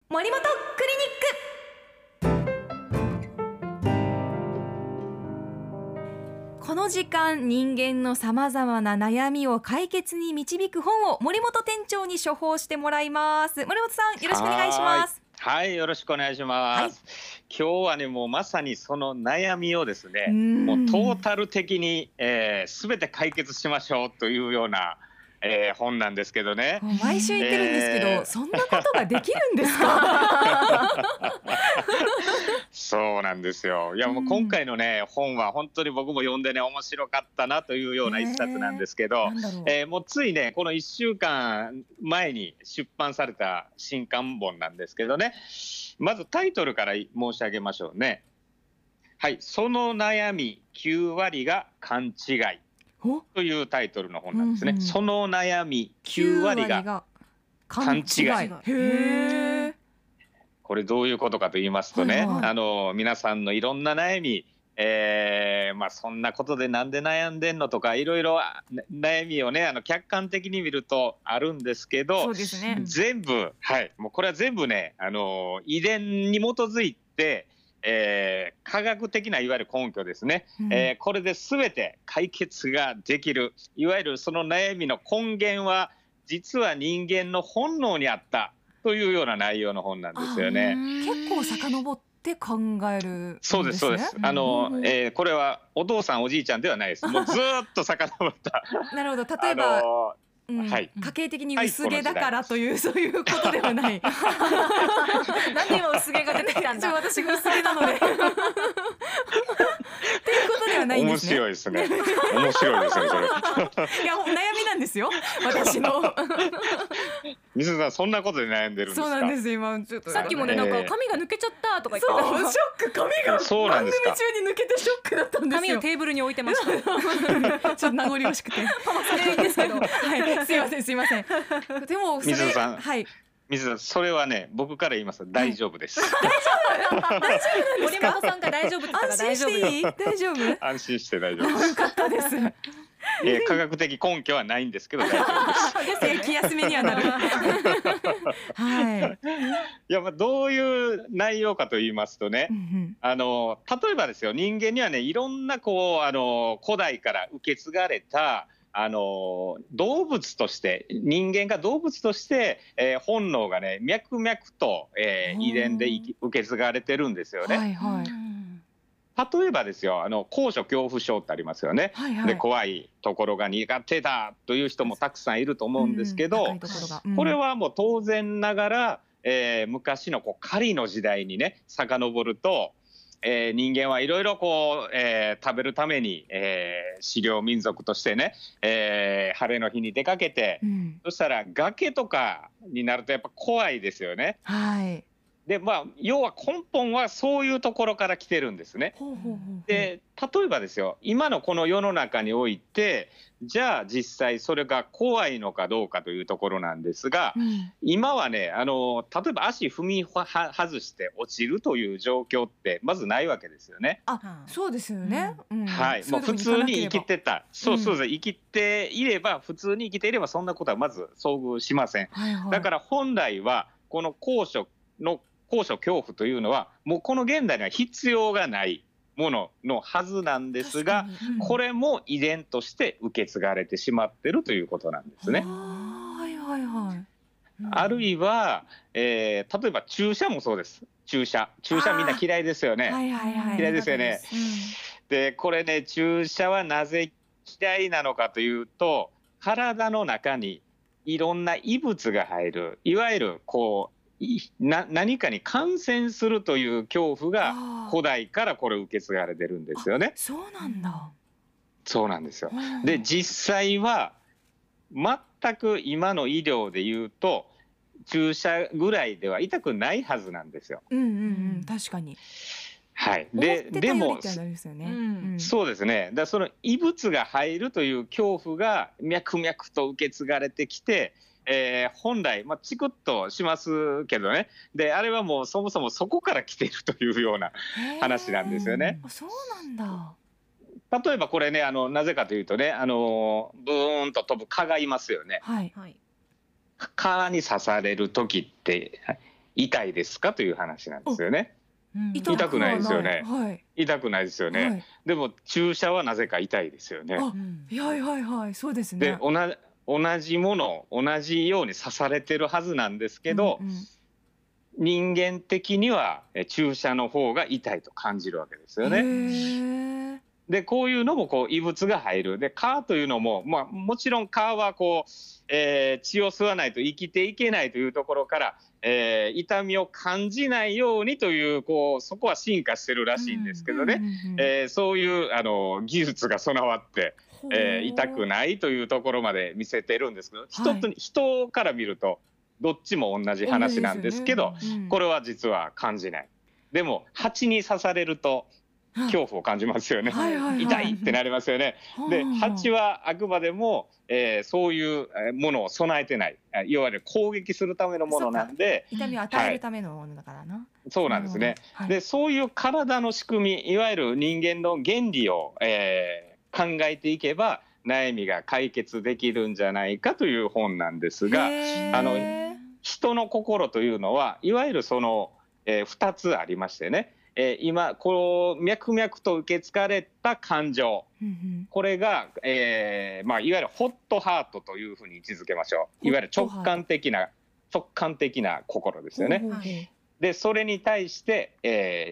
森本クリニック。この時間、人間のさまざまな悩みを解決に導く本を森本店長に処方してもらいます。森本さん、よろしくお願いします。 はい、よろしくお願いします。今日はね、もうまさにその悩みをですね、もうトータル的に、全て解決しましょうというような、本なんですけどね。 毎週言ってるんですけど、そんなことができるんですか？ そうなんですよ。いや、もう今回のね、本は本当に僕も読んでね、面白かったなというような一冊なんですけど、もうついね、この1週間前に出版された新刊本なんですけどね、まずタイトルから申し上げましょうね。はい、その悩み9割が勘違いというタイトルの本なんですね。その悩み9割が勘違い。 へー。 これどういうことかと言いますとね、皆さんのいろんな悩み、そんなことでなんで悩んでんのとかいろいろ悩みをね客観的に見るとあるんですけど、全部、もうこれは全部ね遺伝に基づいて、科学的ないわゆる根拠ですね、これで全て解決ができる、いわゆるその悩みの根源は実は人間の本能にあったというような内容の本なんですよね。 結構遡って考えるんですね。 そうですそうです。これはお父さんおじいちゃんではないです。もうずっと遡った。 なるほど。例えば、家計的に薄毛だからという、そういうことではない。なんで今薄毛が出てきたんだ。私が薄毛なので。っていうことではないんですね。 面白いですね。面白いですねそれ。 いや悩みなんですよ、私の。 水野さんそんなことで悩んでるんですか？ そうなんです。今ちょっとさっきもねなんか髪が抜けちゃったとか言って、 そうショック、髪が番組中に抜けてショックだったんですよ。 髪をテーブルに置いてました。 ちょっと名残惜しくて。 それいいんですけど。 すいませんすいません。でもそれ、 水野さん、水野さんそれはね僕から言いますと大丈夫です。 大丈夫なんです森か？ 本さんが大丈夫って言ったら大丈夫よ。 大丈夫？ 安心して大丈夫です。 よかったです。 科学的根拠はないんですけど大丈夫です。 気休めにはなる。 いやどういう内容かと言いますとね、例えばですよ、人間にはねいろんな古代から受け継がれた動物として人間が動物として、本能がね脈々と、遺伝で受け継がれてるんですよね。例えばですよ高所恐怖症ってありますよね。で怖いところが苦手だという人もたくさんいると思うんですけど、これはもう当然ながら、昔の狩りの時代にね遡ると、人間はいろいろ食べるために、狩猟民族としてね、晴れの日に出かけて、そしたら崖とかになるとやっぱ怖いですよね。で要は根本はそういうところから来てるんですね。で例えばですよ今のこの世の中においてじゃあ実際それが怖いのかどうかというところなんですが、今はね例えば足踏み外して落ちるという状況ってまずないわけですよね。 そうですよね。 もう普通に生きてた、そうです生きていれば普通に生きていればそんなことはまず遭遇しません。だから本来はこの高所恐怖というのはもうこの現代には必要がないもののはずなんですが、これも遺伝として受け継がれてしまっているということなんですね。あるいは、例えば注射もそうです。注射みんな嫌いですよね。嫌いですよね。でこれね注射はなぜ嫌いなのかというと、体の中にいろんな異物が入る、いわゆる何かに感染するという恐怖が古代からこれ受け継がれてるんですよね。 そうなんだ。 そうなんですよ。で実際は全く今の医療でいうと注射ぐらいでは痛くないはずなんですよ。 確かに。 でもそうですね。だその異物が入るという恐怖が脈々と受け継がれてきて、本来チクッとしますけどね、であれはもうそもそもそこから来ているというような話なんですよね。 そうなんだ。 例えばこれねなぜかというとねブーンと飛ぶ蚊がいますよね。蚊に刺される時って痛いですかという話なんですよね。 痛くないですよね。 はい、 痛くないですよね。でも注射はなぜか痛いですよね。 はいはいはい、そうですね。 で同じもの同じように刺されてるはずなんですけど、人間的には注射の方が痛いと感じるわけですよね。でこういうのも異物が入る。で蚊というのも、もちろん蚊は血を吸わないと生きていけないというところから、痛みを感じないようにという、そこは進化してるらしいんですけどね、そういう技術が備わって、痛くないというところまで見せてるんですけど、人から見るとどっちも同じ話なんですけど、これは実は感じない。でも蜂に刺されると恐怖を感じますよね。痛いってなりますよね。で蜂はあくまでも、そういうものを備えてない、いわゆる攻撃するためのものなんで、 痛みを与えるためのものだからな。 そうなんですね。でそういう体の仕組み、いわゆる人間の原理を、考えていけば悩みが解決できるんじゃないかという本なんですが、人の心というのはいわゆるその、2つありましてね、今脈々と受け継がれた感情、これが、いわゆるホットハートというふうに位置づけましょう。いわゆる直感的な心ですよね。でそれに対して、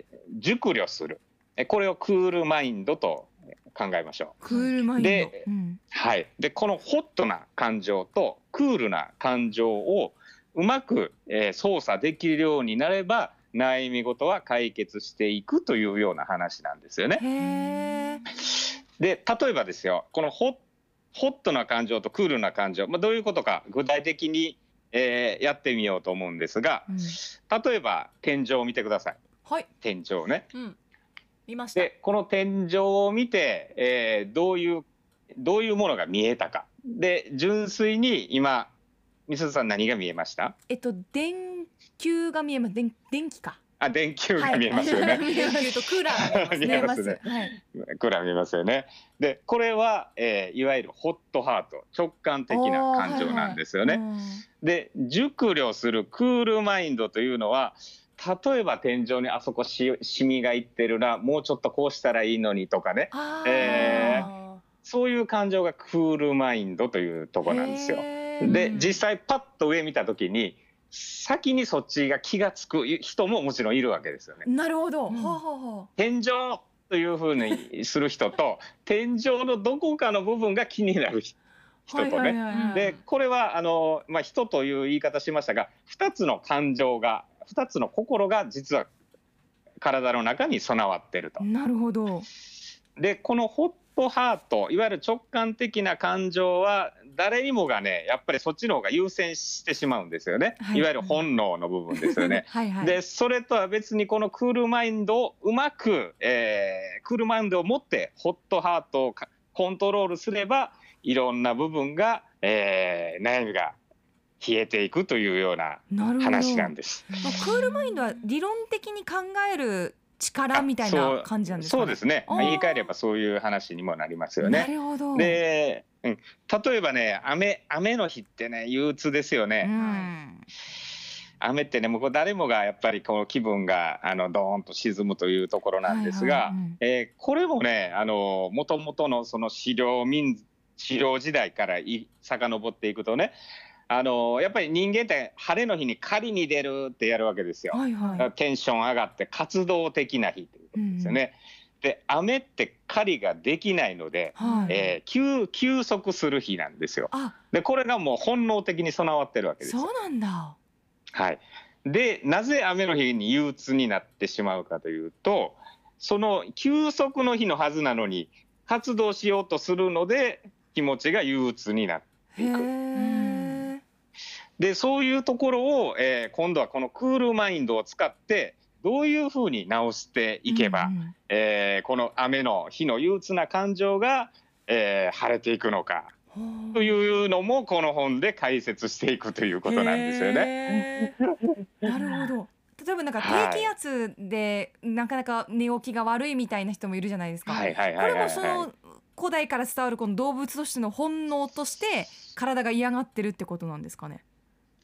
熟慮する、これをクールマインドと考えましょう。 クールマインドでこのホットな感情とクールな感情をうまく、操作できるようになれば悩み事は解決していくというような話なんですよね。で例えばですよ、このホットな感情とクールな感情、どういうことか具体的に、やってみようと思うんですが、例えば天井を見てください。天井ね。 見ました。 でこの天井を見て、どういうものが見えたか。で純粋に今みすずさん何が見えました？ 電球が見えます。電気か。 電球が見えますよね。 電球とクーラーが見えますね。 クーラー見えますよね。でこれは、いわゆるホットハート、直感的な感情なんですよね。で熟慮するクールマインドというのは、例えば天井にあそこシミがいってるな、もうちょっとこうしたらいいのにとかね、そういう感情がクールマインドというところなんですよ。で実際パッと上見た時に先にそっちが気がつく人ももちろんいるわけですよね。 なるほど。 天井というふうにする人と天井のどこかの部分が気になる人とね。でこれは人という言い方しましたが、2つの感情が、2つの心が実は体の中に備わっていると。 なるほど。 でこのホットハート、いわゆる直感的な感情は誰にもがね、やっぱりそっちの方が優先してしまうんですよね。いわゆる本能の部分ですよね。でそれとは別にこのクールマインドをうまく、クールマインドを持ってホットハートをコントロールすれば、いろんな部分が、悩みが消えていくというような話なんです。 クールマインドは理論的に考える力みたいな感じなんですかね。 そうですね。言い換えればそういう話にもなりますよね。 なるほど。 で、例えばね、雨の日ってね、憂鬱ですよね。雨ってね、もう誰もがやっぱりこの気分がドーンと沈むというところなんですが、これもね、もともとのその狩猟時代から遡っていくとね、やっぱり人間って晴れの日に狩りに出るってやるわけですよ。テンション上がって活動的な日ということですよね。で雨って狩りができないので、休息する日なんですよ。でこれがもう本能的に備わってるわけですよ。 そうなんだ。 でなぜ雨の日に憂鬱になってしまうかというと、その休息の日のはずなのに活動しようとするので気持ちが憂鬱になっていく。でそういうところを、今度はこのクールマインドを使ってどういうふうに直していけば、この雨の日の憂鬱な感情が、晴れていくのかというのもこの本で解説していくということなんですよね。 なるほど。例えばなんか低気圧でなかなか寝起きが悪いみたいな人もいるじゃないですか。これもその古代から伝わるこの動物としての本能として体が嫌がってるってことなんですかね。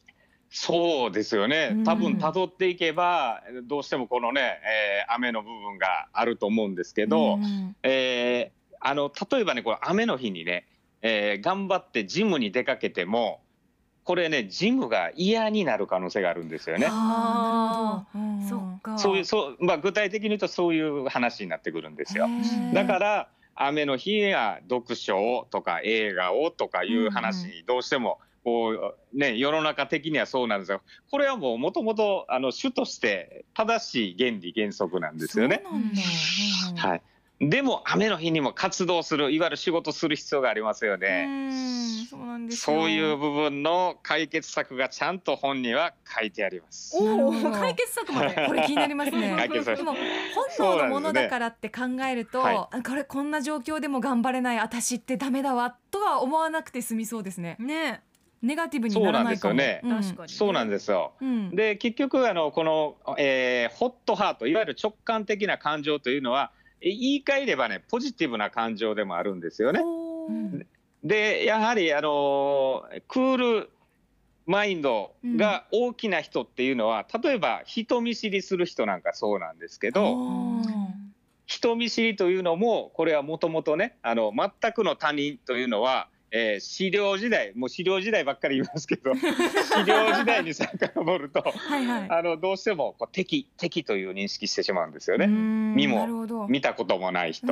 そうですよね。多分辿っていけばどうしてもこのね、雨の部分があると思うんですけど、例えばねこれ雨の日にね、頑張ってジムに出かけてもこれねジムが嫌になる可能性があるんですよね。 ああ、なるほど。 そっか。まあ、具体的に言うとそういう話になってくるんですよ。だから雨の日や読書をとか映画をとかいう話にどうしてもこう、ね、世の中的にはそうなんですが、これはもともと主として正しい原理原則なんですよね。はい。でも雨の日にも活動する、いわゆる仕事する必要がありますよね。 そうなんですよ。 そういう部分の解決策がちゃんと本には書いてあります。 解決策までこれ気になりますね。でも本能のものだからって考えると、こんな状況でも頑張れない私ってダメだわとは思わなくて済みそうですね。ネガティブにならないかも。 そうなんですよ。で結局この、ホットハート、いわゆる直感的な感情というのは言い換えればねポジティブな感情でもあるんですよね。でやはりクールマインドが大きな人っていうのは、例えば人見知りする人なんかそうなんですけど、人見知りというのもこれはもともとね全くの他人というのは資料時代、もう資料時代ばっかり言いますけど資料時代に遡るとどうしてもこう敵という認識してしまうんですよね。見たこともない人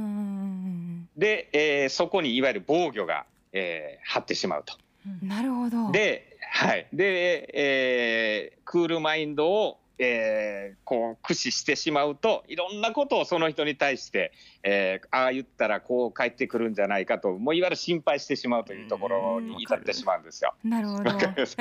で、そこにいわゆる防御が、張ってしまうと。 なるほど。 で、クールマインドをこう駆使してしまうといろんなことをその人に対して、ああ言ったらこう返ってくるんじゃないかと、もういわゆる心配してしまうというところに至ってしまうんですよ。 なるほど。で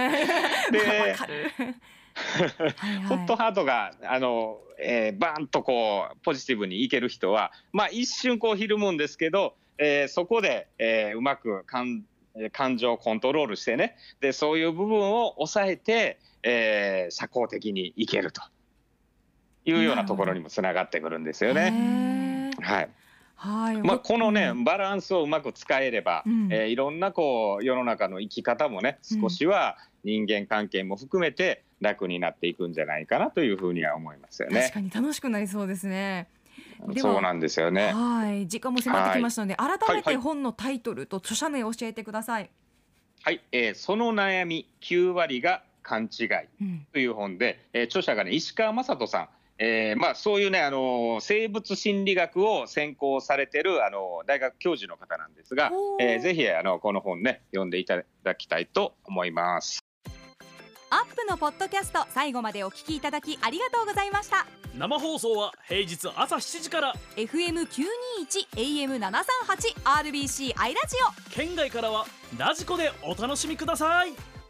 ホットハートがバーンとこうポジティブにいける人は、まあ、一瞬こうひるむんですけど、そこで、うまく感情をコントロールしてね、でそういう部分を抑えて社交的にいけるというようなところにもつながってくるんですよね。このねバランスをうまく使えれば、いろんなこう世の中の生き方もね少しは人間関係も含めて楽になっていくんじゃないかなというふうには思いますよね。 確かに楽しくなりそうですね。 そうなんですよね。 時間も迫ってきましたので、改めて本のタイトルと著者名を教えてください。 その悩み9割が勘違いという本で、著者がね石川雅人さん、そういうね生物心理学を専攻されてる大学教授の方なんですが、ぜひこの本ね読んでいただきたいと思います。 アップのポッドキャスト、最後までお聞きいただきありがとうございました。 生放送は平日朝7時から FM921 AM738 RBC アイラジオ、 県外からはラジコでお楽しみください。